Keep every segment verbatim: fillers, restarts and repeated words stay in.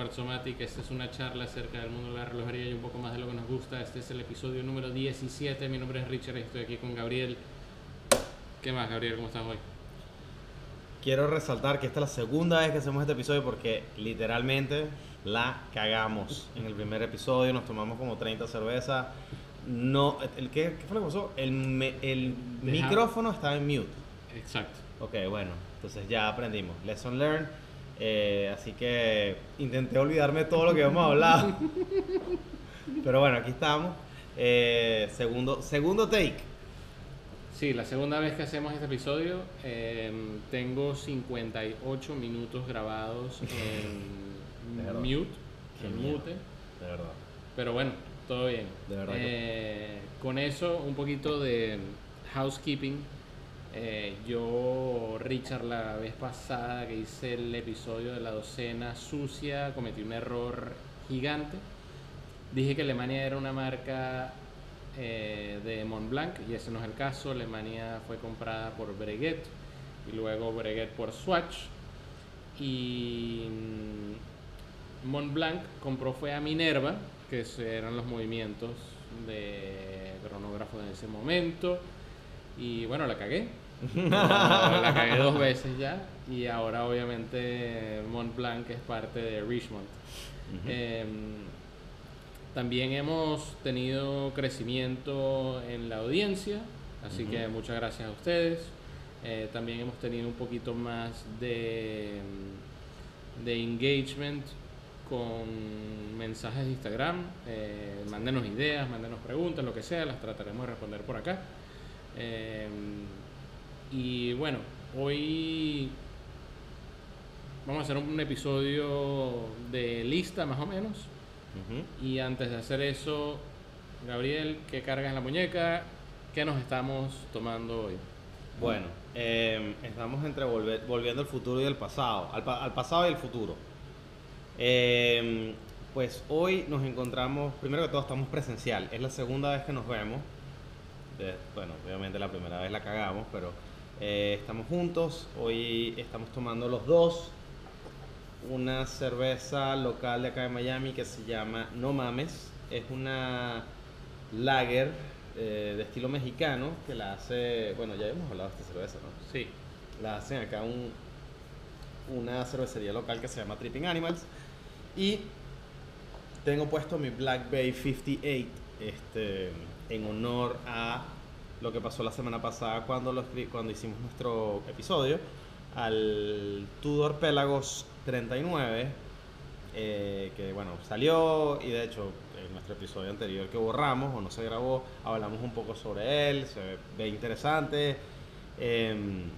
Quartzomatic. Esta es una charla acerca del mundo de la relojería y un poco más de lo que nos gusta. Este es el episodio número diecisiete. Mi nombre es Richard y estoy aquí con Gabriel. ¿Qué más, Gabriel? ¿Cómo estás hoy? Quiero resaltar que esta es la segunda vez que hacemos este episodio porque literalmente la cagamos. En el primer episodio nos tomamos como treinta cervezas. No, el, ¿qué, ¿Qué fue lo que pasó? El, me, el Deja... micrófono estaba en mute. Exacto. Ok, bueno, entonces ya aprendimos. Lesson learned. Eh, así que intenté olvidarme todo lo que hemos hablado. Pero bueno, aquí estamos. Eh, segundo, segundo take. Sí, la segunda vez que hacemos este episodio. eh, tengo cincuenta y ocho minutos grabados en mute, Qué en miedo, mute. de verdad. Pero bueno, todo bien. De verdad Eh, con eso, un poquito de housekeeping. Eh, yo, Richard, la vez pasada que hice el episodio de la docena sucia, cometí un error gigante. Dije que Alemania era una marca eh, de Montblanc y ese no es el caso. Alemania fue comprada por Breguet y luego Breguet por Swatch. Y Montblanc compró fue a Minerva, que eran los movimientos de cronógrafo en ese momento. Y bueno, la cagué. la, la cagué dos veces ya. Y ahora obviamente Montblanc es parte de Richemont. Uh-huh. eh, También hemos tenido crecimiento en la audiencia, así uh-huh. que muchas gracias a ustedes. Eh, también hemos tenido un poquito más de, de engagement con mensajes de Instagram. Eh, mándenos ideas, mándenos preguntas, lo que sea, las trataremos de responder por acá. Eh, y bueno, hoy vamos a hacer un episodio de lista más o menos. Uh-huh. Y antes de hacer eso, Gabriel, ¿qué cargas en la muñeca? ¿Qué nos estamos tomando hoy? Bueno, eh, estamos entre volver, volviendo al futuro y al pasado, al, al pasado y al futuro. Eh, pues hoy nos encontramos, primero que todo estamos presencial, es la segunda vez que nos vemos. De, bueno, obviamente la primera vez la cagamos, pero eh, estamos juntos. Hoy estamos tomando los dos una cerveza local de acá de Miami que se llama No Mames. Es una lager eh, de estilo mexicano que la hace, bueno, ya hemos hablado de esta cerveza, ¿no? Sí. La hacen acá un, una cervecería local que se llama Tripping Animals. Y tengo puesto mi Black Bay cincuenta y ocho este, en honor a lo que pasó la semana pasada cuando, lo, cuando hicimos nuestro episodio, al Tudor Pelagos treinta y nueve, eh, que bueno, salió, y de hecho en nuestro episodio anterior que borramos o no se grabó, hablamos un poco sobre él, se ve interesante. Eh,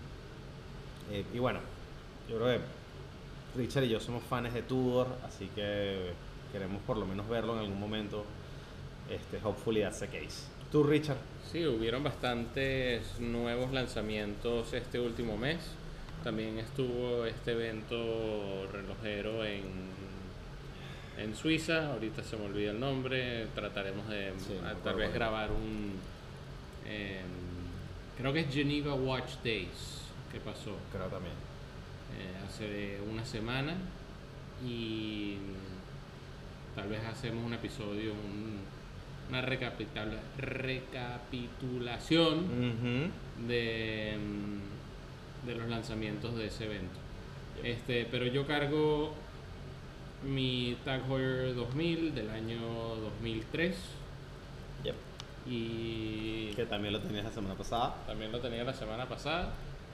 eh, y bueno, yo creo que Richard y yo somos fans de Tudor, así que queremos por lo menos verlo en algún momento. Este, hopefully that's the case. ¿Tú, Richard? Sí, hubieron bastantes nuevos lanzamientos este último mes. También estuvo este evento relojero en, en Suiza. Ahorita se me olvida el nombre. Trataremos de sí, a, tal vez grabar un... Eh, creo que es Geneva Watch Days que pasó. Creo también. Eh, hace una semana. Y tal vez hacemos un episodio, un, una recapitula, recapitulación uh-huh. de... de los lanzamientos de ese evento. Este, pero yo cargo mi Tag Heuer dos mil del año dos mil tres. Yep. Y que también lo tenías la semana pasada. También lo tenía la semana pasada.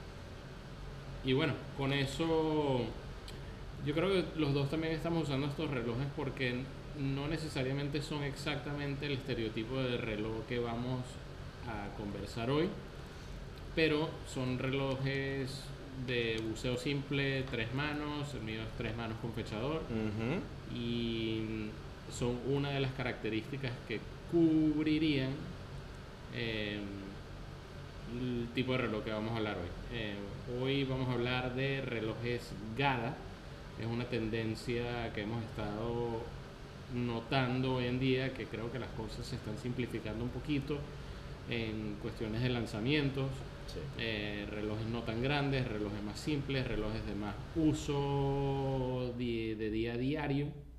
Y bueno, con eso yo creo que los dos también estamos usando estos relojes porque no necesariamente son exactamente el estereotipo de reloj que vamos a conversar hoy. Pero son relojes de buceo simple, tres manos, el mío es tres manos con fechador. Uh-huh. Y son una de las características que cubrirían eh, el tipo de reloj que vamos a hablar hoy. Eh, hoy vamos a hablar de relojes Gada. Es una tendencia que hemos estado notando hoy en día, que creo que las cosas se están simplificando un poquito en cuestiones de lanzamientos. Sí. Eh, relojes no tan grandes, relojes más simples, relojes de más uso de, de día a diario.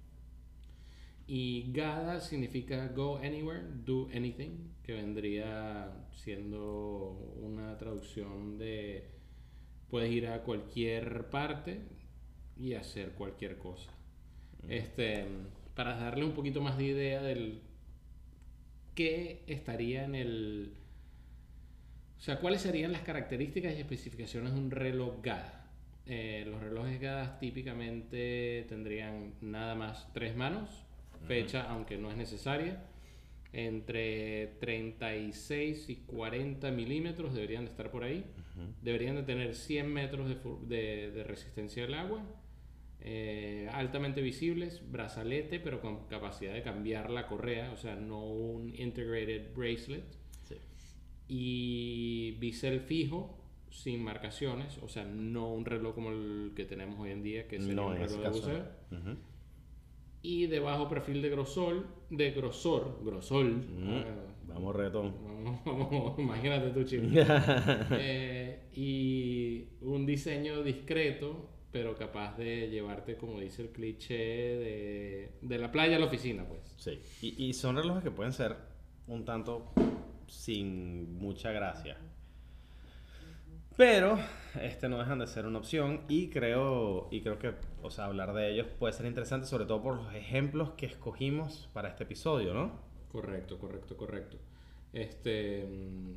Y GADA significa Go Anywhere, Do Anything, que vendría siendo una traducción de puedes ir a cualquier parte y hacer cualquier cosa. Este, para darle un poquito más de idea del qué estaría en el... O sea, cuáles serían las características y especificaciones de un reloj GADA. Eh, los relojes GADA típicamente tendrían nada más tres manos, fecha uh-huh. aunque no es necesaria, entre treinta y seis y cuarenta milímetros deberían de estar por ahí, uh-huh. deberían de tener cien metros de, de, de resistencia al agua, eh, altamente visibles, brazalete pero con capacidad de cambiar la correa, o sea, no un integrated bracelet, sí. Y bisel fijo sin marcaciones, o sea, no un reloj como el que tenemos hoy en día, que sería no, un reloj de buceo. Uh-huh. Y de bajo perfil de grosor, de grosor, grosor. Mm, uh, vamos, retón. Vamos, vamos, imagínate tú, chico. eh, y un diseño discreto, pero capaz de llevarte, como dice el cliché, de, de la playa a la oficina, pues. Sí, y, y son relojes que pueden ser un tanto sin mucha gracia. Pero este no dejan de ser una opción y creo, y creo que, o sea, hablar de ellos puede ser interesante, sobre todo por los ejemplos que escogimos para este episodio, ¿no? Correcto, correcto, correcto. Este,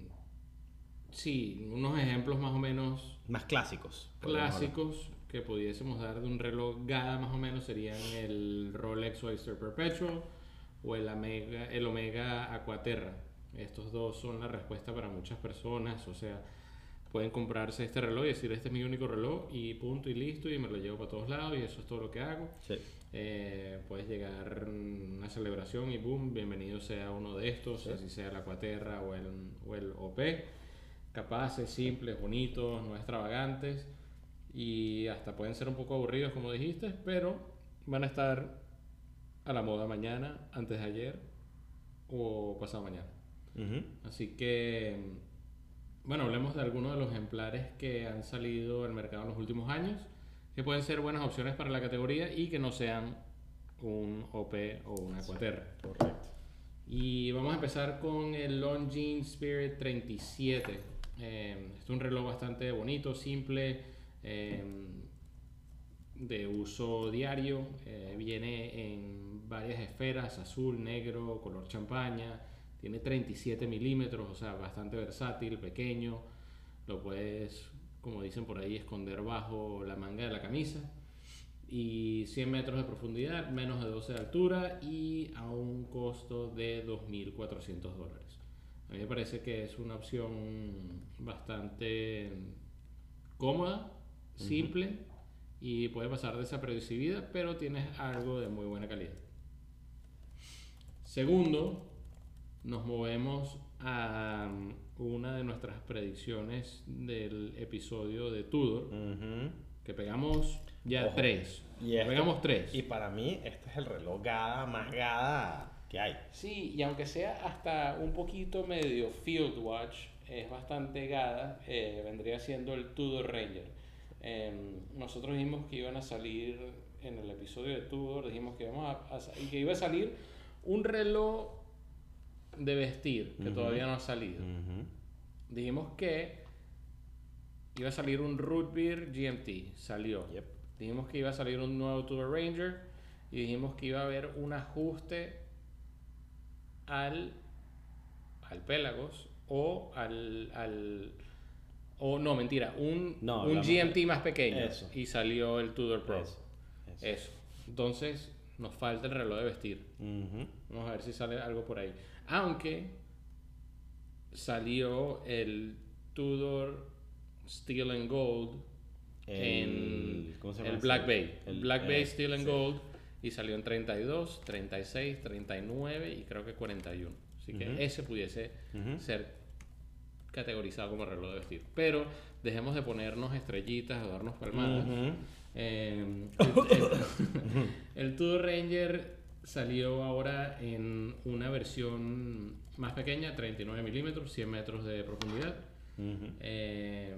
sí, unos ejemplos más o menos... Más clásicos. Clásicos que pudiésemos dar de un reloj GADA más o menos serían el Rolex Oyster Perpetual o el Omega, el Omega Aquaterra. Estos dos son la respuesta para muchas personas, o sea... Pueden comprarse este reloj y decir, este es mi único reloj y punto y listo y me lo llevo para todos lados y eso es todo lo que hago. Sí. Eh, puedes llegar a una celebración y boom, bienvenido sea uno de estos, sí. Así sea el Aquaterra o el, o el O P. Capaces, simples, bonitos, no extravagantes y hasta pueden ser un poco aburridos como dijiste, pero van a estar a la moda mañana, antes de ayer o pasado mañana. Uh-huh. Así que... Bueno, hablemos de algunos de los ejemplares que han salido al mercado en los últimos años, que pueden ser buenas opciones para la categoría y que no sean un O P o una Aquaterra. Correcto. Y vamos a empezar con el Longines Spirit treinta y siete. Eh, es un reloj bastante bonito, simple, eh, de uso diario. Eh, viene en varias esferas, azul, negro, color champaña. Tiene treinta y siete milímetros, o sea, bastante versátil, pequeño. Lo puedes, como dicen por ahí, esconder bajo la manga de la camisa. Y cien metros de profundidad, menos de doce de altura y a un costo de dos mil cuatrocientos dólares. A mí me parece que es una opción bastante cómoda, simple uh-huh. y puede pasar desapercibida, pero tienes algo de muy buena calidad. Segundo, nos movemos a una de nuestras predicciones del episodio de Tudor, uh-huh. que pegamos ya Ojo. tres. Y este, pegamos tres. Y para mí este es el reloj GADA más GADA que hay. Sí, y aunque sea hasta un poquito medio field watch, es bastante GADA, eh, vendría siendo el Tudor Ranger. Eh, nosotros dijimos que iban a salir en el episodio de Tudor, dijimos que, íbamos a, a, que iba a salir un reloj de vestir que uh-huh. todavía no ha salido. Uh-huh. Dijimos que iba a salir un Root Beer G M T, salió. Yep. Dijimos que iba a salir un nuevo Tudor Ranger y dijimos que iba a haber un ajuste al al Pelagos o al al o no, mentira, un, no, un G M T más pequeño. Eso. Y salió el Tudor Pro. Eso. Eso. Eso. Entonces nos falta el reloj de vestir. Uh-huh. Vamos a ver si sale algo por ahí. Aunque salió el Tudor Steel and Gold el, en ¿cómo se llama? El Black Bay. El Black Bay eh, Steel and sí. Gold y salió en treinta y dos, treinta y seis, treinta y nueve y creo que cuarenta y uno. Así que uh-huh. ese pudiese uh-huh. ser categorizado como reloj de vestir. Pero dejemos de ponernos estrellitas o darnos palmadas. Uh-huh. Eh, el, el, el Tudor Ranger salió ahora en una versión más pequeña, treinta y nueve milímetros, cien metros de profundidad. Uh-huh. Eh,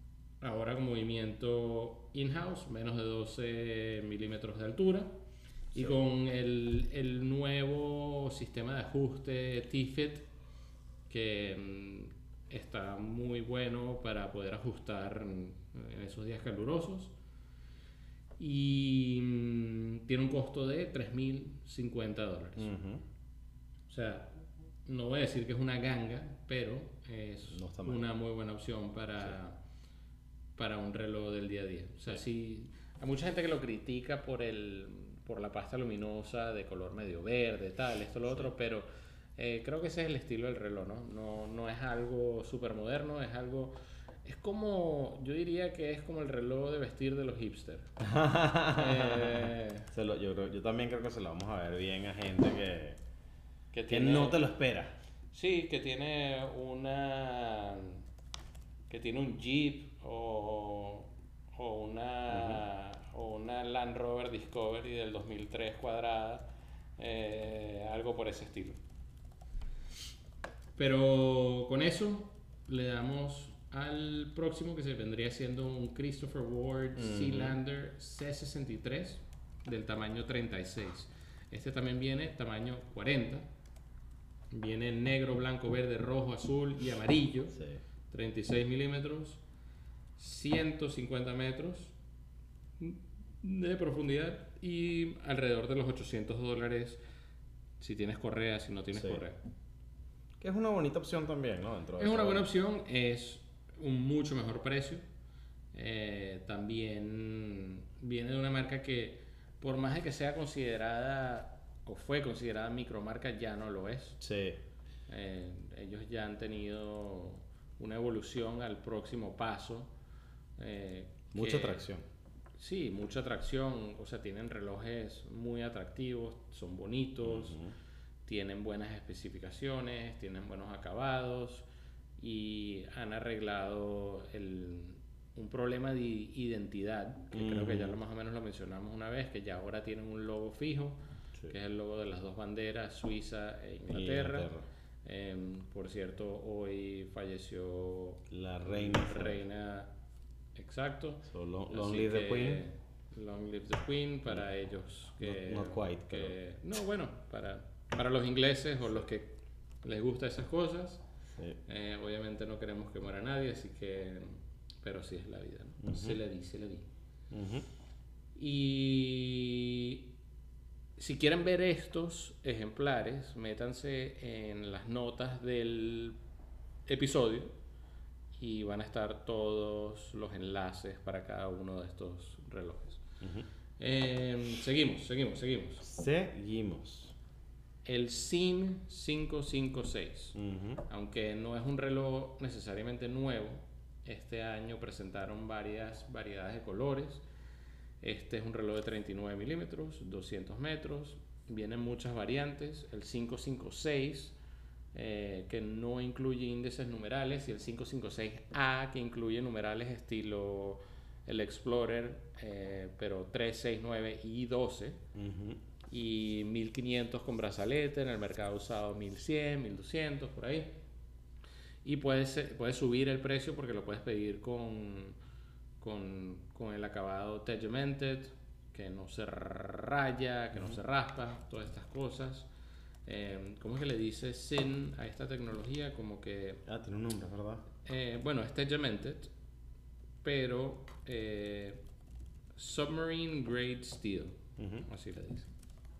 ahora con movimiento in-house, menos de doce milímetros de altura. Y sí. con el, el nuevo sistema de ajuste T-Fit, que mm, está muy bueno para poder ajustar mm, en esos días calurosos. Y mm, tiene un costo de tres mil cincuenta dólares. Ujú. O sea, no voy a decir que es una ganga, pero es No está mal. una muy buena opción para, para un reloj del día a día. O sea, sí, hay mucha gente que lo critica por el por la pasta luminosa de color medio verde, tal, esto, lo otro, pero eh, creo que ese es el estilo del reloj, ¿no? No, no es algo súper moderno, es algo... Es como, yo diría que es como el reloj de vestir de los hipsters. Eh, Se lo- yo, creo- yo también creo que se lo vamos a ver bien a gente que, que que tiene, no te lo espera. Sí, que tiene una... que tiene un Jeep o, o una o una Land Rover Discovery del dos mil tres cuadrada, eh, algo por ese estilo. Pero con eso le damos al próximo, que se vendría siendo un Christopher Ward Ujú. Sealander C sesenta y tres del tamaño treinta y seis. Este también viene tamaño cuarenta. Viene negro, blanco, verde, rojo, azul y amarillo. Sí. treinta y seis milímetros, ciento cincuenta metros de profundidad y alrededor de los ochocientos dólares si tienes correa, si no tienes Sí. correa. Que es una bonita opción también, ¿no? Dentro de Es una todo. buena opción, es un mucho mejor precio. Eh, también viene de una marca que, por más de que sea considerada o fue considerada micromarca, ya no lo es. Sí. Eh, ellos ya han tenido una evolución al próximo paso. eh, Mucha que- atracción. Sí, mucha atracción. O sea, tienen relojes muy atractivos, son bonitos, Ujú. tienen buenas especificaciones, tienen buenos acabados y han arreglado el, un problema de identidad, que creo que ya lo, Ujú. más o menos lo mencionamos una vez, que ya ahora tienen un logo fijo, Sí. que es el logo de las dos banderas, Suiza e Inglaterra. Inglaterra. Em, por cierto, hoy falleció La reina. reina, exacto. So, long, long Así live the que, queen. Long live the Queen para ellos que... Not- not quite, que- No, bueno, para, para los ingleses o los que les gusta esas cosas. Sí. Eh, obviamente no queremos que muera nadie, así que... Pero sí es la vida, ¿no? Ujú. Se le di, se le di. Ujú. Y si quieren ver estos ejemplares, métanse en las notas del episodio y van a estar todos los enlaces para cada uno de estos relojes. Ujú. Eh, seguimos, seguimos, seguimos. Seguimos. El S I M cinco cinco seis. Ujú. Aunque no es un reloj necesariamente nuevo, este año presentaron varias variedades de colores. Este es un reloj de treinta y nueve milímetros, doscientos metros. Vienen muchas variantes. El cinco cinco seis, eh, que no incluye índices numerales, y el cinco cinco seis A, que incluye numerales estilo el Explorer, eh, pero tres, seis, nueve y doce. Ujú. Y mil quinientos con brazalete, en el mercado usado mil cien, mil doscientos, por ahí. Y puedes, puedes subir el precio porque lo puedes pedir con, con, con el acabado Tegemented, que no se raya, que no se raspa, todas estas cosas. Eh, ¿Cómo es que le dice S I N a esta tecnología? Como que, Ah, tiene un nombre, ¿verdad? eh, bueno, es Tegemented, pero eh, Submarine Grade Steel, Ujú. así le dice.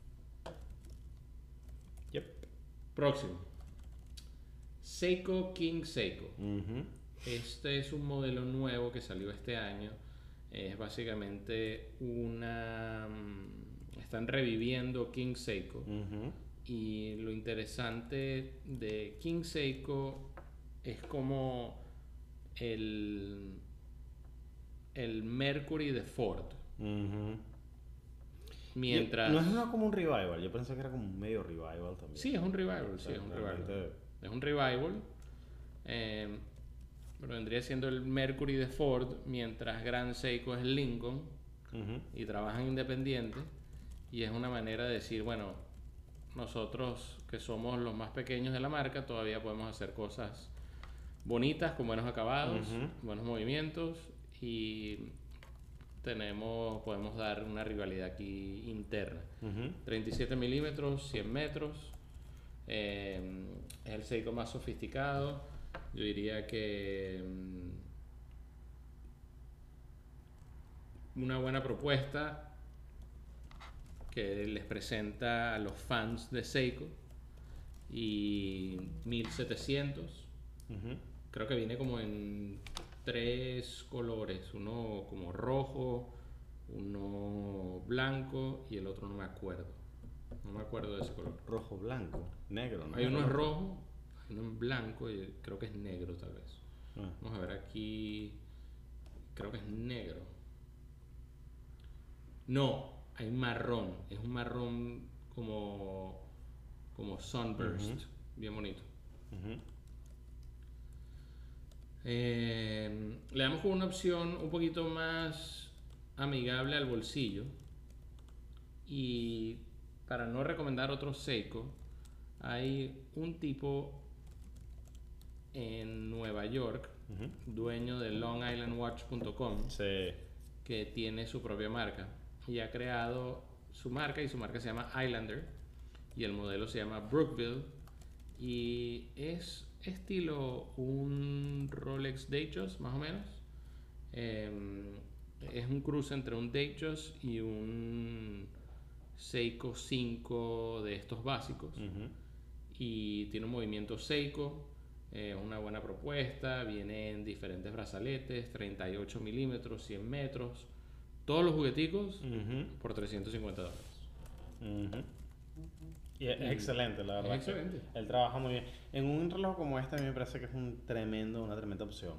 Yep. Próximo. Seiko King Seiko. Ujú. Este es un modelo nuevo que salió este año. Es básicamente una... mm, Están reviviendo King Seiko. Ujú. Y lo interesante de King Seiko es como el, el Mercury de Ford. Ujú. Mientras... Yo- no es una, como un revival, yo pensé que era como un medio revival también. Sí, es un revival, O sí, sea, es un realmente- revival. Es un revival. Eh, pero vendría siendo el Mercury de Ford, mientras Grand Seiko es el Lincoln, Ujú. y trabajan independiente. Y es una manera de decir, bueno, nosotros que somos los más pequeños de la marca, todavía podemos hacer cosas bonitas, con buenos acabados, Ujú. buenos movimientos, y tenemos, podemos dar una rivalidad aquí interna. Ujú. treinta y siete milímetros, cien metros. Eh, es el Seiko más sofisticado. Yo diría que mm, una buena propuesta que les presenta a los fans de Seiko. Y mil setecientos. Ujú. Creo que viene como en tres colores, uno como rojo, uno blanco y el otro no me acuerdo. No me acuerdo de ese color. Rojo, blanco, negro, ¿no? Hay uno es rojo, hay uno en blanco y creo que es negro tal vez. Ah. Vamos a ver aquí. Creo que es negro. No, hay marrón. Es un marrón como, como sunburst. Ujú. Bien bonito. Ujú. Eh, le damos con una opción un poquito más amigable al bolsillo. Y para no recomendar otro Seiko, hay un tipo en Nueva York, Ujú. dueño de long island watch punto com, Sí. que tiene su propia marca y ha creado su marca, y su marca se llama Islander y el modelo se llama Brookville y es estilo un Rolex Datejust más o menos. Eh, es un cruce entre un Datejust y un Seiko cinco de estos básicos. Ujú. Y tiene un movimiento Seiko, eh, una buena propuesta, viene en diferentes brazaletes, treinta y ocho milímetros, cien metros, todos los jugueticos Ujú. por trescientos cincuenta dólares. Ujú. Y es Y excelente, la es verdad. excelente. Él trabaja muy bien. En un reloj como este a mí me parece que es un tremendo, una tremenda opción.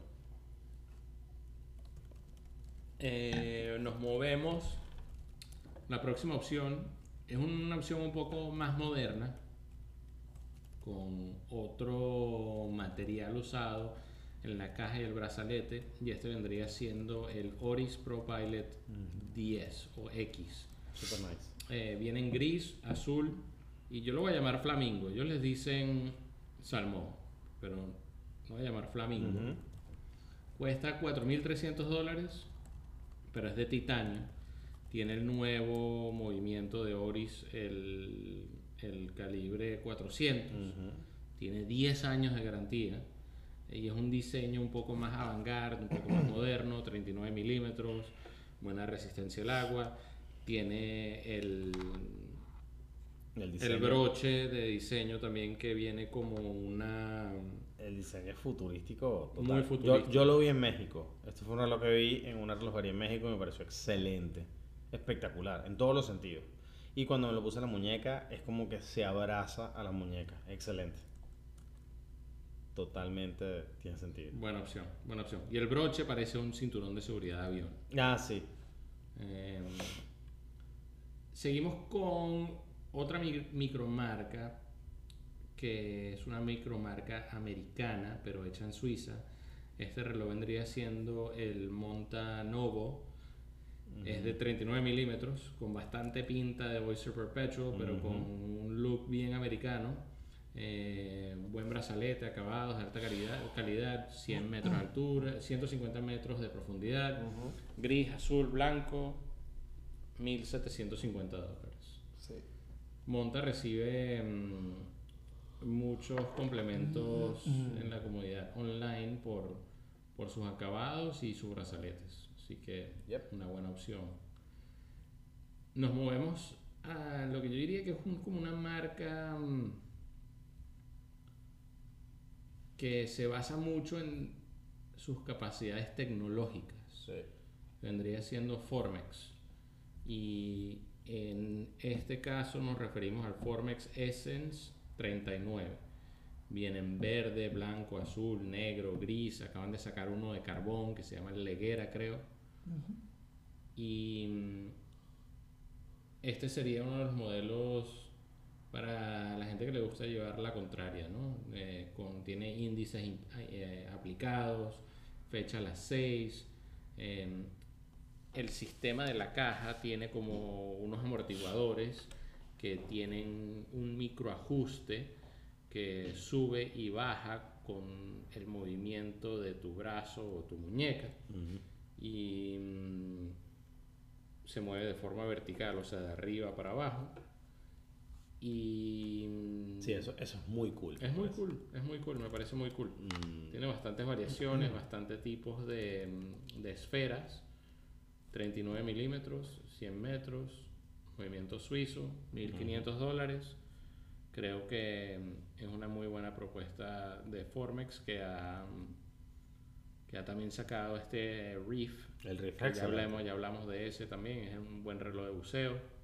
Eh, nos movemos. La próxima opción es una opción un poco más moderna, con otro material usado en la caja y el brazalete, y este vendría siendo el Oris Pro Pilot diez o X. Super nice. Eh, viene en gris, azul y yo lo voy a llamar flamingo. Ellos les dicen salmón, pero lo voy a llamar flamingo. Ujú. Cuesta cuatro mil trescientos dólares, pero es de titanio. Tiene el nuevo movimiento de Oris, el, el calibre cuatrocientos. Ujú. Tiene diez años de garantía y es un diseño un poco más avant-garde, un poco más moderno, treinta y nueve milímetros, buena resistencia al agua. Tiene el, El el diseño, broche de diseño también, que viene como una... el diseño es futurístico total. Muy futurístico. Yo, yo lo vi en México. Esto fue un reloj que vi en una relojería en México y me pareció excelente. Espectacular, en todos los sentidos. Y cuando me lo puse en la muñeca, es como que se abraza a la muñeca. Excelente. Totalmente tiene sentido. Buena opción, buena opción. Y el broche parece un cinturón de seguridad de avión. Ah, sí. Eh, seguimos con otra mi- micromarca, que es una micromarca americana, pero hecha en Suiza. Este reloj vendría siendo el Monta Novo. Es de treinta y nueve milímetros, con bastante pinta de Oyster Perpetual, pero Ujú. con un look bien americano. Eh, buen brazalete, acabados de alta calidad, calidad, cien metros de altura, ciento cincuenta metros de profundidad, gris, azul, blanco, mil setecientos cincuenta dólares. Sí. Monta recibe mm, muchos complementos en la comunidad online por, por sus acabados y sus brazaletes, así que Yep. una buena opción. Nos movemos a lo que yo diría que es un- como una marca mm, que se basa mucho en sus capacidades tecnológicas. Sí. Vendría siendo Formex. Y en este caso nos referimos al Formex Essence treinta y nueve. Viene en verde, blanco, azul, negro, gris. Acaban de sacar uno de carbón que se llama Leguera, creo. Y mm, este sería uno de los modelos para la gente que le gusta llevar la contraria, ¿no? Eh, con, tiene índices in- eh, aplicados, fecha a las seis. eh, el sistema de la caja tiene como unos amortiguadores que tienen un microajuste que sube y baja con el movimiento de tu brazo o tu muñeca. Ujú. Y mm, se mueve de forma vertical, o sea, de arriba para abajo. Y... Sí, eso, eso es muy cool. Es muy cool, es muy cool, me parece muy cool. Mm. Tiene bastantes variaciones, bastantes tipos de, de esferas. treinta y nueve milímetros, cien metros, movimiento suizo, mil quinientos dólares. Creo que es una muy buena propuesta de Formex que ha, que ha también sacado este Reef. El Reef, ya hablamos, ya hablamos de ese también, es un buen reloj de buceo.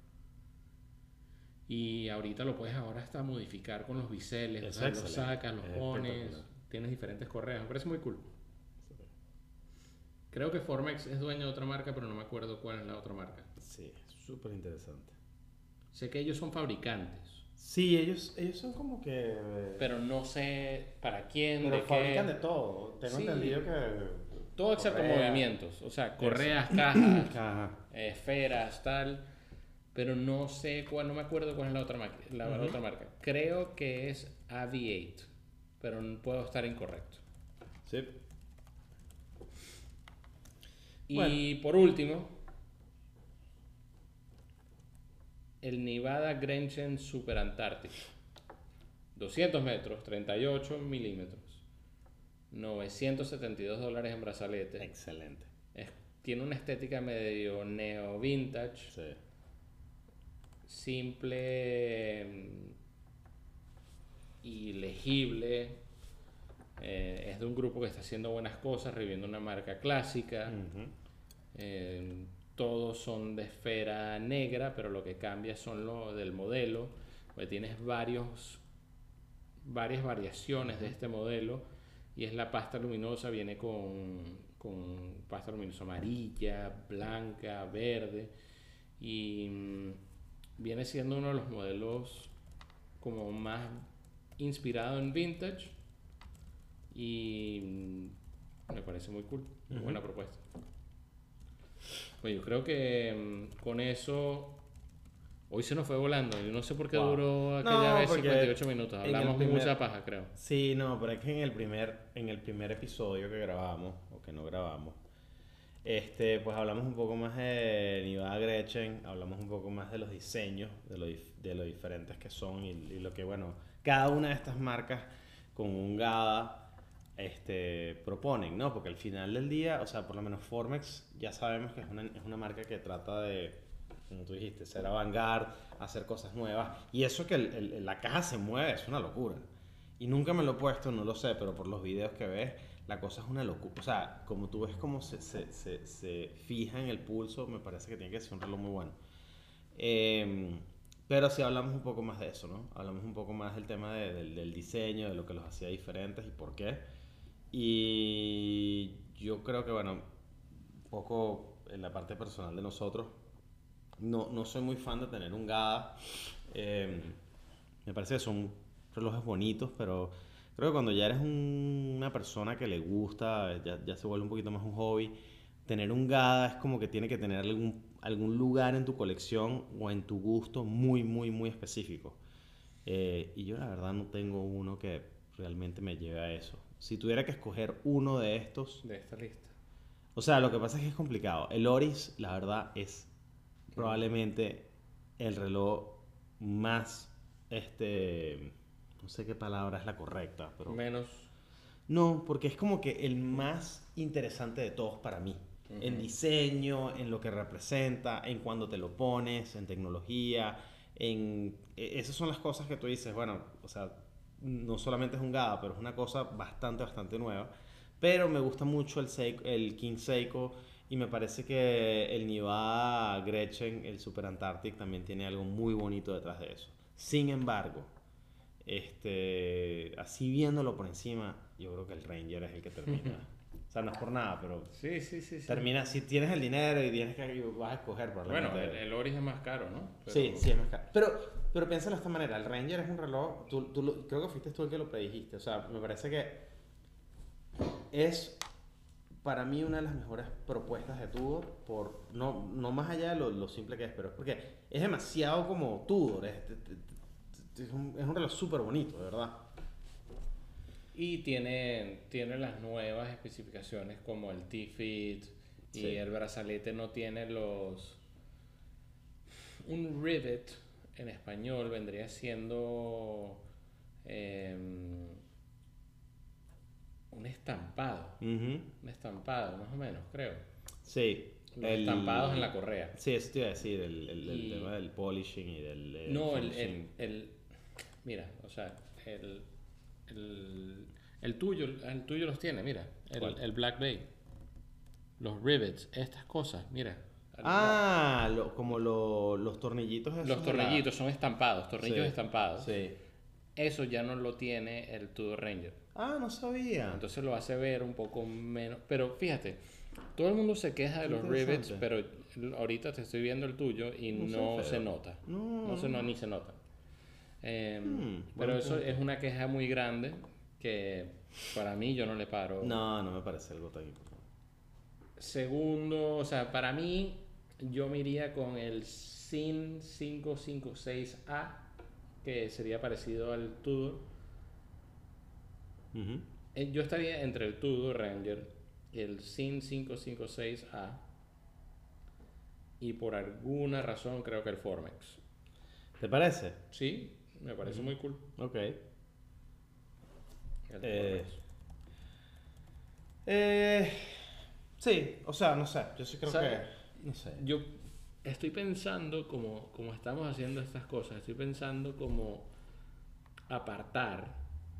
Y ahorita lo puedes ahora hasta modificar con los biseles, o sea, los sacas, los pones, tienes diferentes correas, me parece muy cool. Creo que Formex es dueño de otra marca, pero no me acuerdo cuál es la otra marca. Sí, súper interesante. Sé que ellos son fabricantes. Sí, ellos, ellos son como que... Pero no sé para quién, pero de fabrican qué. de todo. Tengo Sí. entendido que... Todo excepto correa, movimientos, o sea, correas, cajas, Caja. eh, esferas, tal. Pero no sé cuál, no me acuerdo cuál es la otra, marca, la Uh-huh. otra marca. Creo que es Aviate, pero no puedo estar incorrecto. Sí. Y Bueno. por último, el Nevada Grenchen Super Antártico. doscientos metros, treinta y ocho milímetros, novecientos setenta y dos dólares en brazalete. Excelente. Es, tiene una estética medio neo vintage. Sí. Simple mm, y legible. Eh, es de un grupo que está haciendo buenas cosas, reviviendo una marca clásica. Uh-huh. Eh, todos son de esfera negra, pero lo que cambia son lo del modelo. Porque tienes varios, varias variaciones uh-huh. de este modelo. Y es la pasta luminosa, viene con, con pasta luminosa amarilla, blanca, verde. Y mm, viene siendo uno de los modelos como más inspirado en vintage. Y me parece muy cool, muy uh-huh. buena propuesta. Pues yo creo que um, con eso hoy se nos fue volando. Yo no sé por qué wow. duró aquella no, vez cincuenta y ocho minutos. Hablamos primer, mucha paja, creo. Sí, no, pero es que en el primer en el primer episodio que grabamos o que no grabamos, este, pues hablamos un poco más de Nevada Gretchen, hablamos un poco más de los diseños, de lo, de lo diferentes que son y, y lo que, bueno, cada una de estas marcas con un GADA este, proponen, ¿no? Porque al final del día, o sea, por lo menos Formex ya sabemos que es una, es una marca que trata de, como tú dijiste, ser avant-garde, hacer cosas nuevas. Y eso que el, el, la caja se mueve es una locura. Y nunca me lo he puesto, no lo sé, pero por los videos que ves, la cosa es una locura. O sea, como tú ves cómo se, se, se, se fija en el pulso, me parece que tiene que ser un reloj muy bueno. Eh, pero sí hablamos un poco más de eso, ¿no? Hablamos un poco más del tema de, del, del diseño, de lo que los hacía diferentes y por qué. Y yo creo que, bueno, un poco en la parte personal de nosotros, no, no soy muy fan de tener un GADA. Eh, me parece que son relojes bonitos, pero creo que cuando ya eres un, una persona que le gusta, ya, ya se vuelve un poquito más un hobby, tener un GADA es como que tiene que tener algún, algún lugar en tu colección o en tu gusto muy, muy, muy específico. Eh, y yo la verdad no tengo uno que realmente me lleve a eso. Si tuviera que escoger uno de estos... De esta lista. O sea, lo que pasa es que es complicado. El Oris, la verdad, es probablemente el reloj más... este no sé qué palabra es la correcta, pero... Menos... No, porque es como que el más interesante de todos para mí. Uh-huh. En diseño, en lo que representa, en cuando te lo pones, en tecnología, en... Esas son las cosas que tú dices, bueno, o sea, no solamente es un GADA, pero es una cosa bastante, bastante nueva. Pero me gusta mucho el, Seiko, el King Seiko y me parece que el Nevada Gretchen, el Super Antarctic, también tiene algo muy bonito detrás de eso. Sin embargo... Este, así viéndolo por encima, yo creo que el Ranger es el que termina. O sea, no es por nada, pero sí, sí, sí, sí. termina, si tienes el dinero y tienes que vas a escoger probablemente. Bueno, el, el Oris es más caro, ¿no? Pero... Sí, sí es más caro. Pero, pero piénsalo de esta manera, el Ranger es un reloj, tú, tú lo, creo que fuiste tú el que lo predijiste, o sea, me parece que es para mí una de las mejores propuestas de Tudor, por, no, no más allá de lo, lo simple que es, pero es porque es demasiado como Tudor, es, es un, es un reloj súper bonito, de verdad. Y tiene, tiene las nuevas especificaciones como el T-Fit y sí. El brazalete no tiene los, un rivet en español vendría siendo eh, un estampado. Ujú. Un estampado, más o menos, creo. Sí. Los estampados en la correa. Sí, eso te iba a decir, el, el, el Y- tema del polishing y del... eh, No, el, el, finishing. el- Mira, o sea, el, el, el tuyo, el tuyo los tiene, mira. El, ¿Cuál? el Black Bay. Los rivets, estas cosas, mira. Ah, lo- como lo- los tornillitos esos Los de la- tornillitos son estampados, tornillos Sí, estampados. Sí. Eso ya no lo tiene el Tudor Ranger. Ah, no sabía. Entonces lo hace ver un poco menos. Pero fíjate, todo el mundo se queja de los rivets, Interesante. pero ahorita te estoy viendo el tuyo y No no, son se feos. nota. No. No se no, ni se nota. Eh, Hmm, pero buen eso punto. es una queja muy grande que para mí yo no le paro. No, no me parece algo tan importante. Segundo, o sea, para mí yo me iría con el S I N quinientos cincuenta y seis A, que sería parecido al Tudor. Ujú. Eh, Yo estaría entre el Tudor Ranger y el S I N quinientos cincuenta y seis A, y por alguna razón creo que el Formex. ¿Te parece? Sí, me parece muy cool. Ok. El Eh, Formex. Eh, sí, o sea, no sé. Yo sí creo ¿Sabe? que... No sé. Yo estoy pensando, como, como estamos haciendo estas cosas, estoy pensando como apartar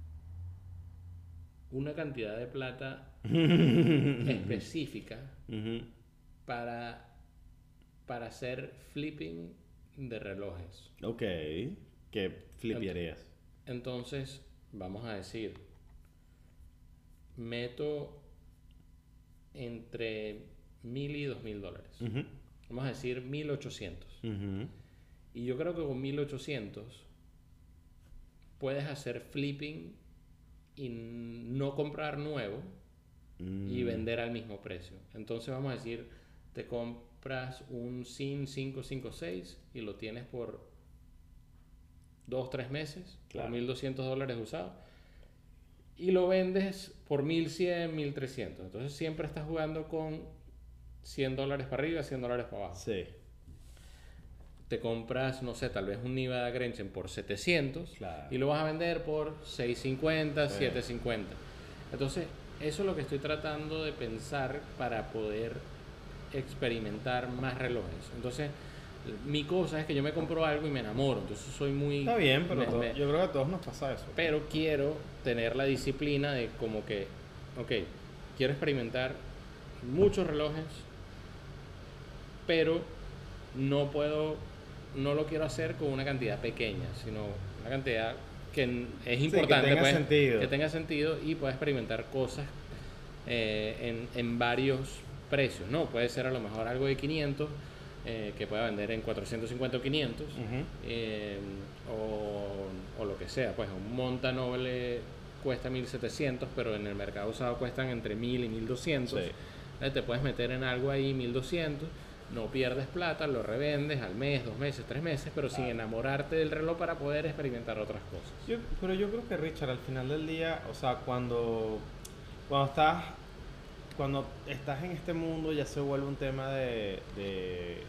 una cantidad de plata específica Ujú. para, para hacer flipping de relojes. Ok. ¿Qué flipearías? Entonces, vamos a decir, meto entre mil y dos mil dólares. Ujú. Vamos a decir mil ochocientos. Ujú. Y yo creo que con mil ochocientos puedes hacer flipping y no comprar nuevo y Mm. vender al mismo precio. Entonces vamos a decir, te compras un S I N quinientos cincuenta y seis y lo tienes por dos tres meses, Claro. por mil doscientos dólares usado, y lo vendes por mil cien, mil trescientos. Entonces siempre estás jugando con cien dólares para arriba, cien dólares para abajo. Sí. Te compras, no sé, tal vez un Nevada Grenchen por setecientos, Claro. y lo vas a vender por seiscientos cincuenta, Sí. setecientos cincuenta. Entonces, eso es lo que estoy tratando de pensar para poder experimentar más relojes. Entonces, mi cosa es que yo me compro algo y me enamoro. Entonces, soy muy... Está bien, pero me- to- me- yo creo que a todos nos pasa eso. pero quiero tener la disciplina de como que, ok, quiero experimentar muchos relojes, pero no puedo, no lo quiero hacer con una cantidad pequeña, sino una cantidad que n- es que importante, tenga pues, sentido. que tenga sentido y pueda experimentar cosas eh, en, en varios precios, ¿no? Puede ser a lo mejor algo de quinientos, eh, que pueda vender en cuatrocientos cincuenta o quinientos, Ujú. eh, o, o lo que sea, pues un Monta Noble cuesta mil setecientos, pero en el mercado usado cuestan entre mil y mil doscientos. Sí. Eh, te puedes meter en algo ahí mil doscientos, no pierdes plata, lo revendes al mes, dos meses, tres meses, pero sin enamorarte del reloj para poder experimentar otras cosas. Yo- pero yo creo que Richard, al final del día, o sea, cuando, cuando estás cuando estás en este mundo ya se vuelve un tema de, de-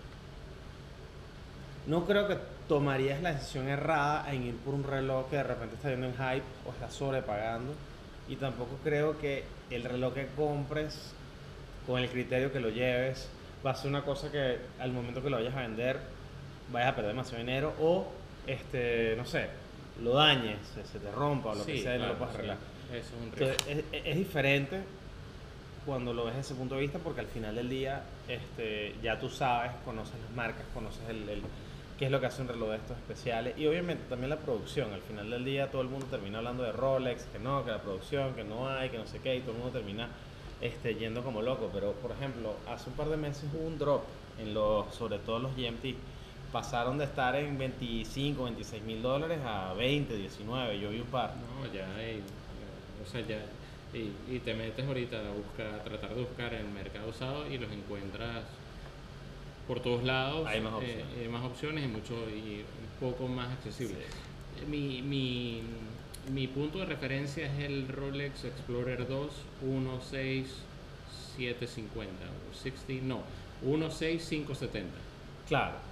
no creo que tomarías la decisión errada en ir por un reloj que de repente está viendo en hype o está sobrepagando, y tampoco creo que el reloj que compres con el criterio que lo lleves va a ser una cosa que al momento que lo vayas a vender vayas a perder demasiado dinero, o este no sé, lo dañes, se, se te rompa o lo que Sí, sea y no lo claro, puedas sí. arreglar. Eso es un riesgo. Entonces, es, es diferente cuando lo ves desde ese punto de vista, porque al final del día este, ya tú sabes, conoces las marcas, conoces el, el- qué es lo que hace un reloj de estos especiales, y obviamente también la producción. Al final del día todo el mundo termina hablando de Rolex, que no, que la producción, que no hay, que no sé qué, y todo el mundo termina este, yendo como loco. Pero por ejemplo, hace un par de meses hubo un drop en los, sobre todo los G M T. Pasaron de estar en veinticinco, veintiséis mil dólares a veinte, diecinueve. Yo vi un par. No, ya hay, o sea, ya, y, y te metes ahorita a buscar, a tratar de buscar en el mercado usado y los encuentras por todos lados. Hay más eh, opciones. hay más opciones y mucho y un poco más accesibles. Eh, Mi, mi, mi punto de referencia es el Rolex Explorer dos dieciséis setecientos cincuenta o sesenta, no, dieciséis quinientos setenta. Claro.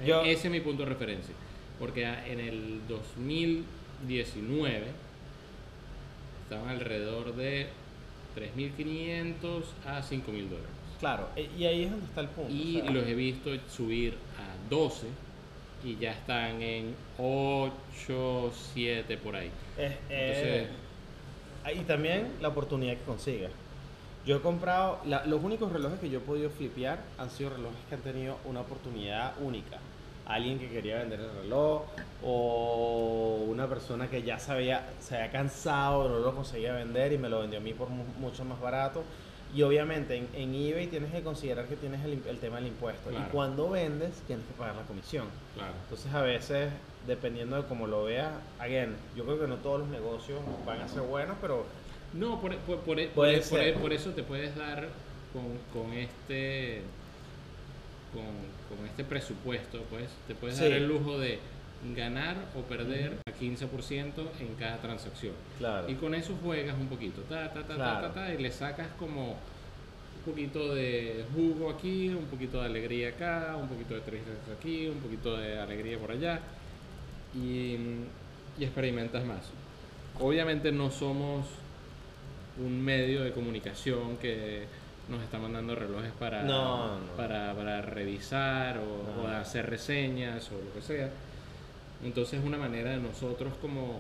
Yo- Ese es mi punto de referencia. Porque a- en el dos mil diecinueve estaban alrededor de tres mil quinientos a cinco mil dólares. Claro, e- y ahí es donde está el punto. Y o sea, los he visto subir a doce y ya están en ocho, siete por ahí. es- Entonces- eh, y también la oportunidad que consigas. Yo he comprado, la- los únicos relojes que yo he podido flipear han sido relojes que han tenido una oportunidad única. Alguien que quería vender el reloj o una persona que ya sabía, se había cansado, no lo conseguía vender y me lo vendió a mí por mu- mucho más barato. Y obviamente en, en eBay tienes que considerar que tienes el, im- el tema del impuesto. Claro. Y cuando vendes tienes que pagar la comisión. Claro. Entonces a veces, dependiendo de cómo lo veas, again, yo creo que no todos los negocios van a ser buenos, pero No, por, por, por, por- Puede por- ser. por eso te puedes dar con, con este con, con este presupuesto, pues te puedes Sí. dar el lujo de ganar o perder a quince por ciento en cada transacción. claro. Y con eso juegas un poquito, ta, ta, ta, Claro. ta, ta, ta, y le sacas como un poquito de jugo aquí, un poquito de alegría acá, un poquito de tristeza aquí, un poquito de alegría por allá, y, y experimentas más. Obviamente no somos un medio de comunicación que nos está mandando relojes para, No, no. para, para revisar o, No. o hacer reseñas o lo que sea. Entonces es una manera de nosotros como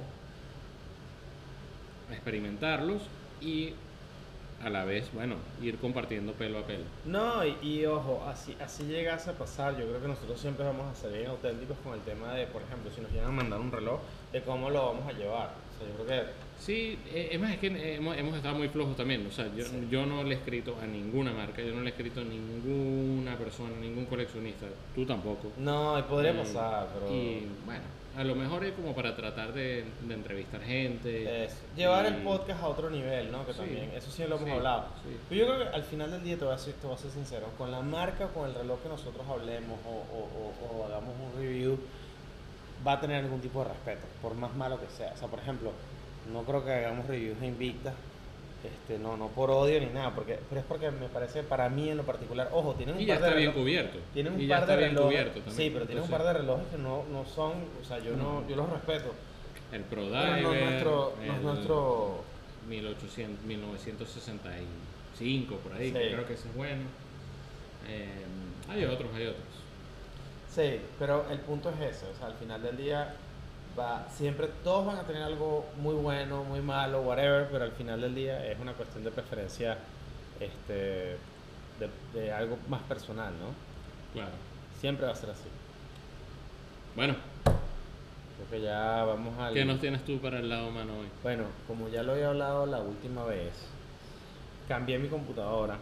experimentarlos y a la vez, bueno, ir compartiendo pelo a pelo. No, y, y ojo, así, así llegase a pasar, yo creo que nosotros siempre vamos a ser bien auténticos con el tema de, por ejemplo, si nos llegan a mandar un reloj, de cómo lo vamos a llevar. O sea, yo creo que Sí, eh, es más, es que eh, hemos, hemos estado muy flojos también. O sea, yo, Sí. yo no le he escrito a ninguna marca, yo no le he escrito a ninguna persona, ningún coleccionista. Tú tampoco. no, y podría Mm, pasar, pero Y bueno, a lo mejor es como para tratar de, de entrevistar gente. es llevar el y- podcast a otro nivel, ¿no? Que Sí. también, eso sí lo hemos Sí, hablado. sí. Pero yo creo que al final del día, te voy a ser, te voy a ser sincero, con la marca, con el reloj que nosotros hablemos o, o- o- o hagamos un review, va a tener algún tipo de respeto, por más malo que sea. O sea, por ejemplo, no creo que hagamos reviews de Invicta, este, no, no por odio ni nada, porque, pero es porque me parece, para mí en lo particular, ojo, tienen un Y ya par de está bien relojes- cubierto. tienen un y ya par está de bien relojes, cubierto también. sí, pero tienen un par Entonces, de relojes que no, no son, o sea, yo no, No. yo los respeto. El Pro Pero no es Diver, nuestro, no es el nuestro, mil ochocientos, mil novecientos sesenta y cinco por ahí, Sí. que creo que ese es bueno. Eh, hay otros, hay otros. sí, pero el punto es ese, o sea, al final del día va, siempre todos van a tener algo muy bueno, muy malo, whatever, pero al final del día es una cuestión de preferencia, este, de, de algo más personal, ¿no? Claro. Siempre va a ser así. Bueno, Creo que ya vamos al... ¿qué nos tienes tú para el lado humano hoy? Bueno, como ya lo había hablado la última vez, cambié mi computadora.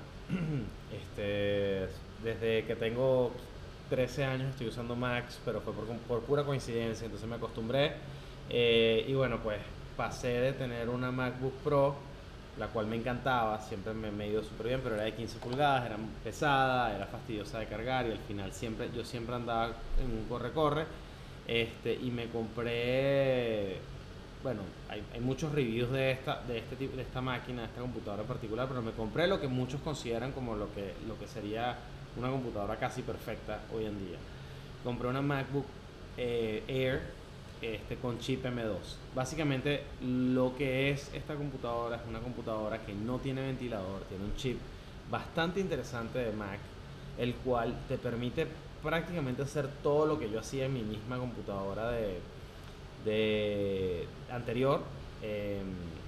este, desde que tengo trece años estoy usando Macs, pero fue por, por pura coincidencia, entonces me acostumbré. Eh, y bueno, pues pasé de tener una MacBook Pro, la cual me encantaba, siempre me me ha ido súper bien, pero era de quince pulgadas, era pesada, era fastidiosa de cargar y al final siempre, yo siempre andaba en un corre-corre. Este, y me compré, bueno, hay, hay muchos reviews de esta, de este tipo, de esta máquina, de esta computadora en particular, pero me compré lo que muchos consideran como lo que, lo que sería una computadora casi perfecta hoy en día. Compré una MacBook eh, Air este, con chip M dos. Básicamente lo que es esta computadora es una computadora que no tiene ventilador, tiene un chip bastante interesante de Mac, el cual te permite prácticamente hacer todo lo que yo hacía en mi misma computadora de, de anterior. Eh,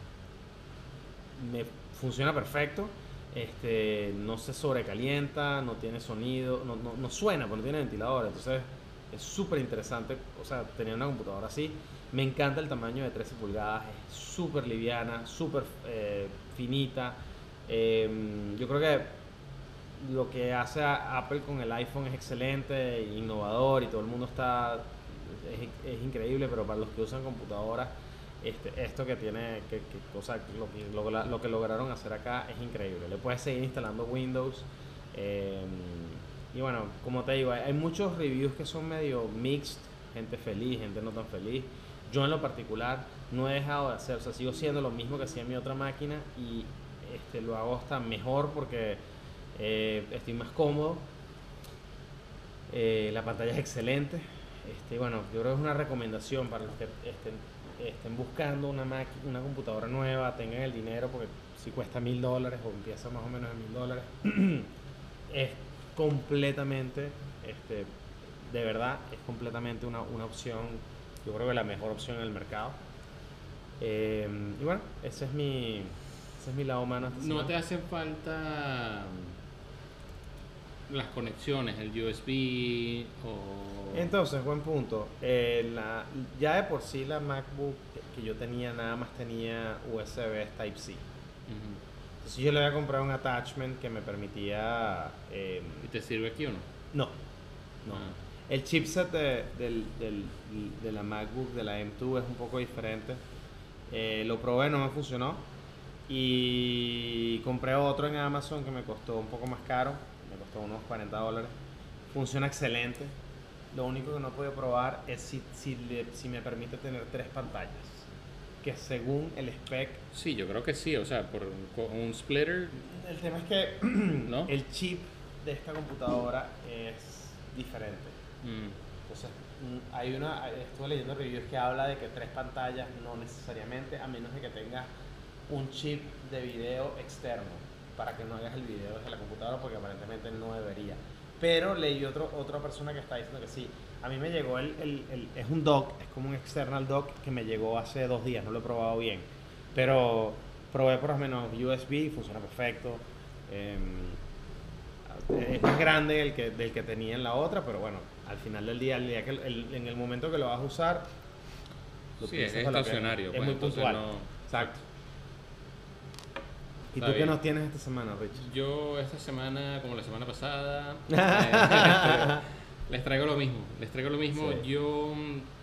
me funciona perfecto, este, no se sobrecalienta, no tiene sonido, no, no, no suena porque no tiene ventilador, entonces es súper interesante, o sea, tener una computadora así. Me encanta el tamaño de trece pulgadas, es súper liviana, súper eh, finita. Eh, yo creo que lo que hace a Apple con el iPhone es excelente, innovador y todo el mundo está, es, es increíble, pero para los que usan computadoras, este, esto que tiene, que, que, o sea, lo, que, lo, lo que lograron hacer acá es increíble. Le puedes seguir instalando Windows. Eh, y bueno, como te digo, hay, hay muchos reviews que son medio mixed, gente feliz, gente no tan feliz. Yo en lo particular no he dejado de hacer, o sea, sigo siendo lo mismo que hacía en mi otra máquina y este, lo hago hasta mejor porque Eh, estoy más cómodo. Eh, la pantalla es excelente. Este, bueno, yo creo que es una recomendación para los que estén, estén buscando una Mac, una computadora nueva, tengan el dinero, porque si cuesta mil dólares o empieza más o menos en mil dólares, es completamente, este, de verdad, es completamente una, una opción, yo creo que la mejor opción en el mercado. Eh, y bueno, ese es mi, ese es mi lado humano esta ¿No semana. te hacen falta las conexiones, el U S B o...? Entonces, buen punto. Eh, la, ya de por sí la MacBook que yo tenía nada más tenía U S B Type-C. Ujú. Entonces yo le había comprado un attachment que me permitía... eh, ¿Y te sirve aquí o no? no, no. Ah. El chipset de, del, del, de la MacBook, de la M dos, es un poco diferente. Eh, lo probé, no me funcionó. Y compré otro en Amazon que me costó un poco más caro. Me costó unos cuarenta dólares. Funciona excelente. Lo único que no he podido probar es si, si, le- si me permite tener tres pantallas. Que según el spec... Sí, yo creo que sí, o sea, por con un splitter, El tema es que ¿no? el chip de esta computadora es diferente. Mm. Entonces, mm, hay una, estuve leyendo reviews que habla de que tres pantallas no necesariamente, a menos de que tengas un chip de video externo para que no hagas el video desde la computadora, porque aparentemente no debería. Pero leí otro, otra persona que está diciendo que sí. A mí me llegó el, el, el- es un dock, es como un external dock que me llegó hace dos días, no lo he probado bien. Pero probé por lo menos U S B y funciona perfecto. Em, es más grande el que, del que tenía en la otra, pero bueno, al final del día, el día que, el- en el momento que lo vas a usar, lo Sí, utilizas es para lo que estacionario, es pues, muy entonces puntual. no- Exacto. ¿Y Está tú qué bien. nos tienes esta semana, Rich? Yo esta semana, como la semana pasada, eh, les traigo lo mismo. Les traigo lo mismo. Sí. Yo,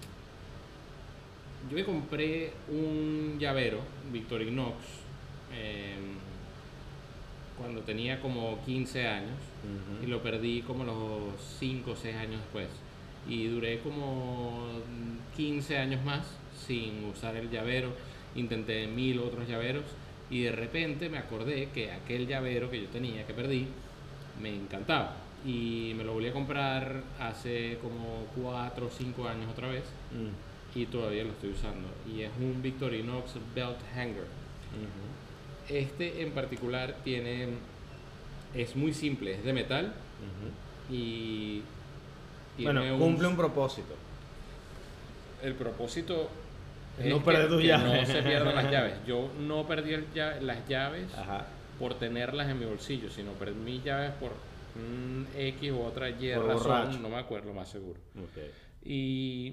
yo me compré un llavero Victorinox eh, cuando tenía como quince años Ujú. y lo perdí como los cinco o seis años después. Y duré como quince años más sin usar el llavero. Intenté mil otros llaveros y de repente me acordé que aquel llavero que yo tenía, que perdí, me encantaba. Y me lo volví a comprar hace como cuatro o cinco años otra vez Mm. y todavía lo estoy usando. Y es un Victorinox Belt Hanger. Ujú. Este en particular tiene, es muy simple, es de metal Ujú. y tiene Bueno, cumple un propósito. el propósito Es es no que, perder tus que llaves. no se pierdan las llaves. Yo no perdí el lla- las llaves Ajá. por tenerlas en mi bolsillo, sino perdí mis llaves por un X u otra Y Por razón, borracho. no me acuerdo más seguro. Ok. Y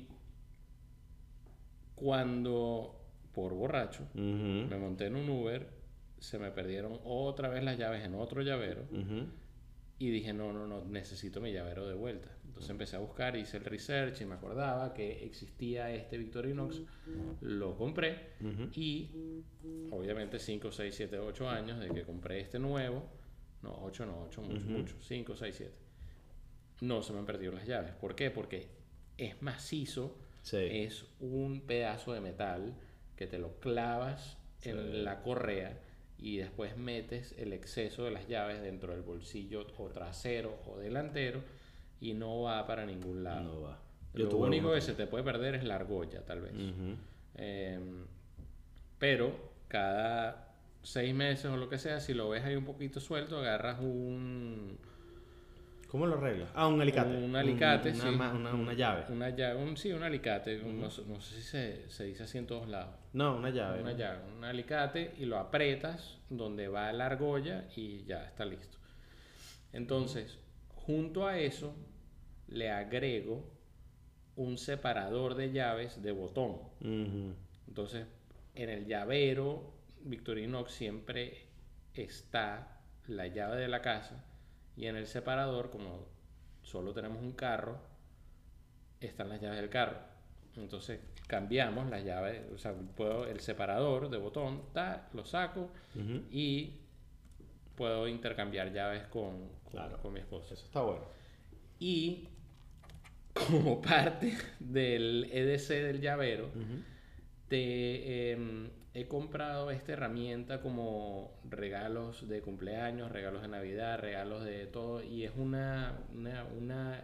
cuando, por borracho, Ujú. me monté en un Uber, se me perdieron otra vez las llaves en otro llavero. Ujú. Y dije, no, no, no, necesito mi llavero de vuelta. Entonces empecé a buscar, hice el research y me acordaba que existía este Victorinox. Lo compré Ujú. y obviamente cinco, seis, siete, ocho años de que compré este nuevo. No, ocho no, ocho mucho, Ujú. mucho. cinco, seis, siete. No se me han perdido las llaves. ¿Por qué? Porque es macizo. Sí. Es un pedazo de metal que te lo clavas Sí. en la correa y después metes el exceso de las llaves dentro del bolsillo o trasero o delantero y no va para ningún lado. No va. Yo Lo tuve único uno que se también. te puede perder es la argolla, tal vez. Ujú. Eh, pero cada seis meses o lo que sea, si lo ves ahí un poquito suelto, agarras un, ¿Cómo lo arreglas? Ah, un alicate. un alicate, una, sí. ma- una, una llave. Una llave, un, sí, un alicate. un- no, sé- no sé si se, se dice así en todos lados. No, una llave. Una ¿no? llave, un alicate y lo aprietas donde va la argolla y ya está listo. Entonces, junto a eso, le agrego un separador de llaves de botón. Ujú. Entonces, en el llavero Victorinox siempre está la llave de la casa y en el separador, como solo tenemos un carro, están las llaves del carro. Entonces cambiamos las llaves, o sea, puedo el separador de botón, ta, lo saco Ujú. y puedo intercambiar llaves con, con, Claro. con mi esposa. Eso está bueno. Y como parte del E D C del llavero, Ujú. te eh, he comprado esta herramienta como regalos de cumpleaños, regalos de Navidad, regalos de todo, y es una, una, una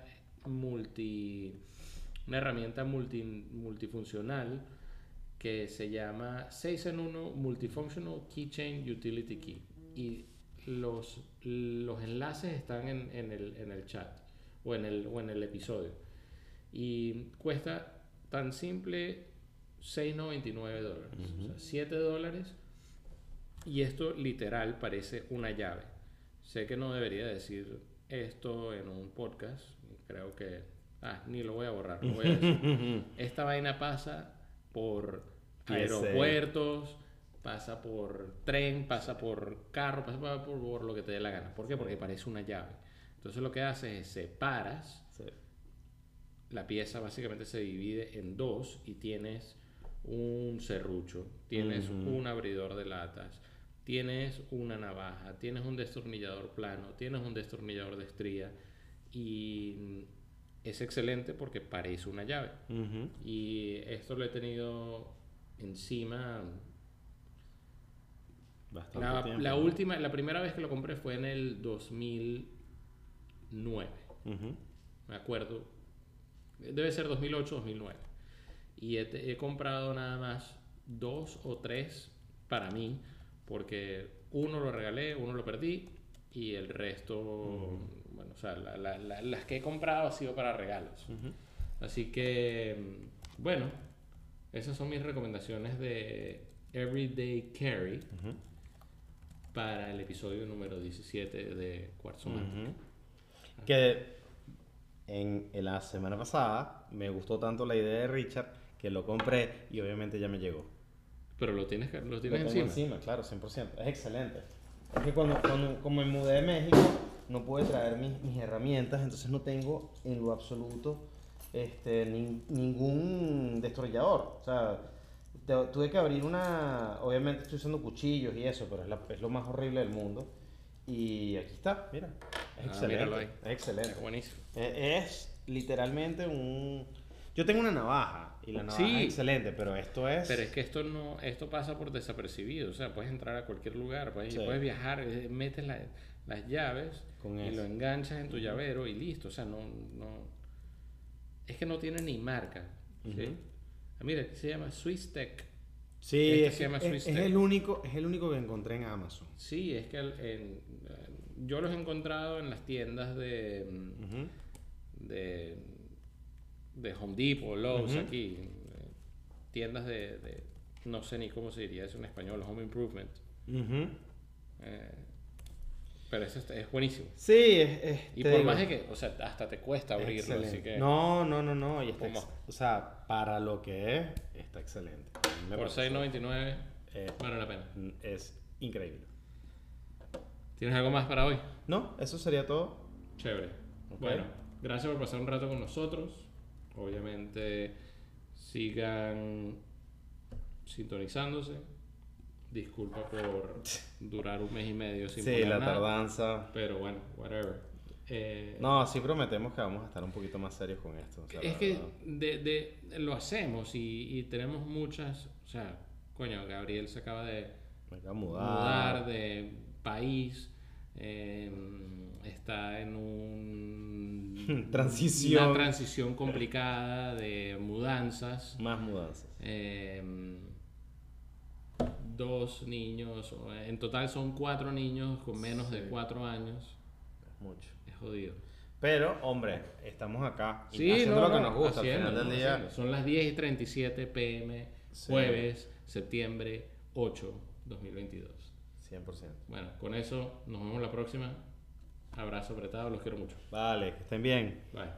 multi, una herramienta multi, multifuncional que se llama seis en uno Multifunctional Keychain Utility Key. Y los, los enlaces están en, en, el, en el chat o en el, o en el episodio. Y cuesta tan simple seis noventa y nueve dólares. Uh-huh. O sea, siete dólares. Y esto literal parece una llave. Sé que no debería decir esto en un podcast. Creo que... Ah, ni lo voy a borrar. Lo voy a decir. Esta vaina pasa por aeropuertos, pasa por tren, pasa por carro, pasa por, por, por lo que te dé la gana. ¿Por qué? Porque parece una llave. Entonces lo que haces es separas. Sí. La pieza básicamente se divide en dos y tienes un serrucho, tienes uh-huh. un abridor de latas, tienes una navaja, tienes un destornillador plano, tienes un destornillador de estría y es excelente porque parece una llave. Uh-huh. Y esto lo he tenido encima bastante la, tiempo. La última, la primera vez que lo compré fue en el dos mil nueve. Uh-huh. Me acuerdo. Debe ser dos mil ocho, dos mil nueve. Y he, he comprado nada más dos o tres para mí, porque uno lo regalé, uno lo perdí y el resto, uh-huh. bueno, o sea, la, la, la, las que he comprado han sido para regalos. Uh-huh. Así que, bueno, esas son mis recomendaciones de Everyday Carry uh-huh. para el episodio número diecisiete de Cuarzo Mágico. Uh-huh. Que en, en la semana pasada me gustó tanto la idea de Richard que lo compré y obviamente ya me llegó. Pero lo tienes, lo tienes lo tengo encima. encima, claro, cien por ciento. Es excelente. Es que cuando, cuando como me mudé de México no pude traer mis, mis herramientas, entonces no tengo en lo absoluto este, ni, ningún destornillador. O sea, te, tuve que abrir una... Obviamente estoy usando cuchillos y eso, pero es, la, es lo más horrible del mundo. Y aquí está, mira. Es ah, excelente. Ahí. Es excelente. Es buenísimo. Es, es literalmente un... Yo tengo una navaja y la navaja sí, es excelente, pero esto es... Pero es que esto no, esto pasa por desapercibido, o sea, puedes entrar a cualquier lugar, puedes, sí. puedes viajar, metes la, las llaves Con y eso. lo enganchas en tu llavero y listo, o sea, no, no... Es que no tiene ni marca, ¿sí? Uh-huh. Ah, mira, se llama SwissTech. Sí, este es, se llama es, es, el único, es el único que encontré en Amazon. Sí, es que el, en, yo los he encontrado en las tiendas de... Uh-huh. de de Home Depot, Lowe's, uh-huh. aquí, eh, tiendas de, de, no sé ni cómo se diría eso en español, Home Improvement. Uh-huh. Eh, pero eso es buenísimo. Sí, es, es, y por digo, más de que, o sea, hasta te cuesta abrirlo, excelente. Así que... No, no, no, no, y está ex, o sea, para lo que es, está excelente. Por seis noventa y nueve eh, vale la pena. Es increíble. ¿Tienes algo más para hoy? No, eso sería todo. Chévere. Okay. Bueno, gracias por pasar un rato con nosotros. Obviamente sigan sintonizándose. Disculpa por durar un mes y medio sin sí, poner la nada, tardanza. pero bueno, whatever. Eh, no, sí prometemos que vamos a estar un poquito más serios con esto. O sea, es que de, de, lo hacemos y, y tenemos muchas... O sea, coño, Gabriel se acaba de Me acaba de mudar. mudar de país. Eh, está en un transición una transición complicada de mudanzas, más mudanzas, eh, dos niños, en total son cuatro niños con menos sí. de cuatro años. Es mucho, es jodido, pero hombre, estamos acá sí, haciendo no, lo que no, nos gusta haciendo, al final del día. Son las diez y treinta y siete pm, sí. Jueves, septiembre ocho, dos mil veintidós. cien por ciento. Bueno, con eso nos vemos la próxima. Abrazo apretado, los quiero mucho. Vale, que estén bien. Bye.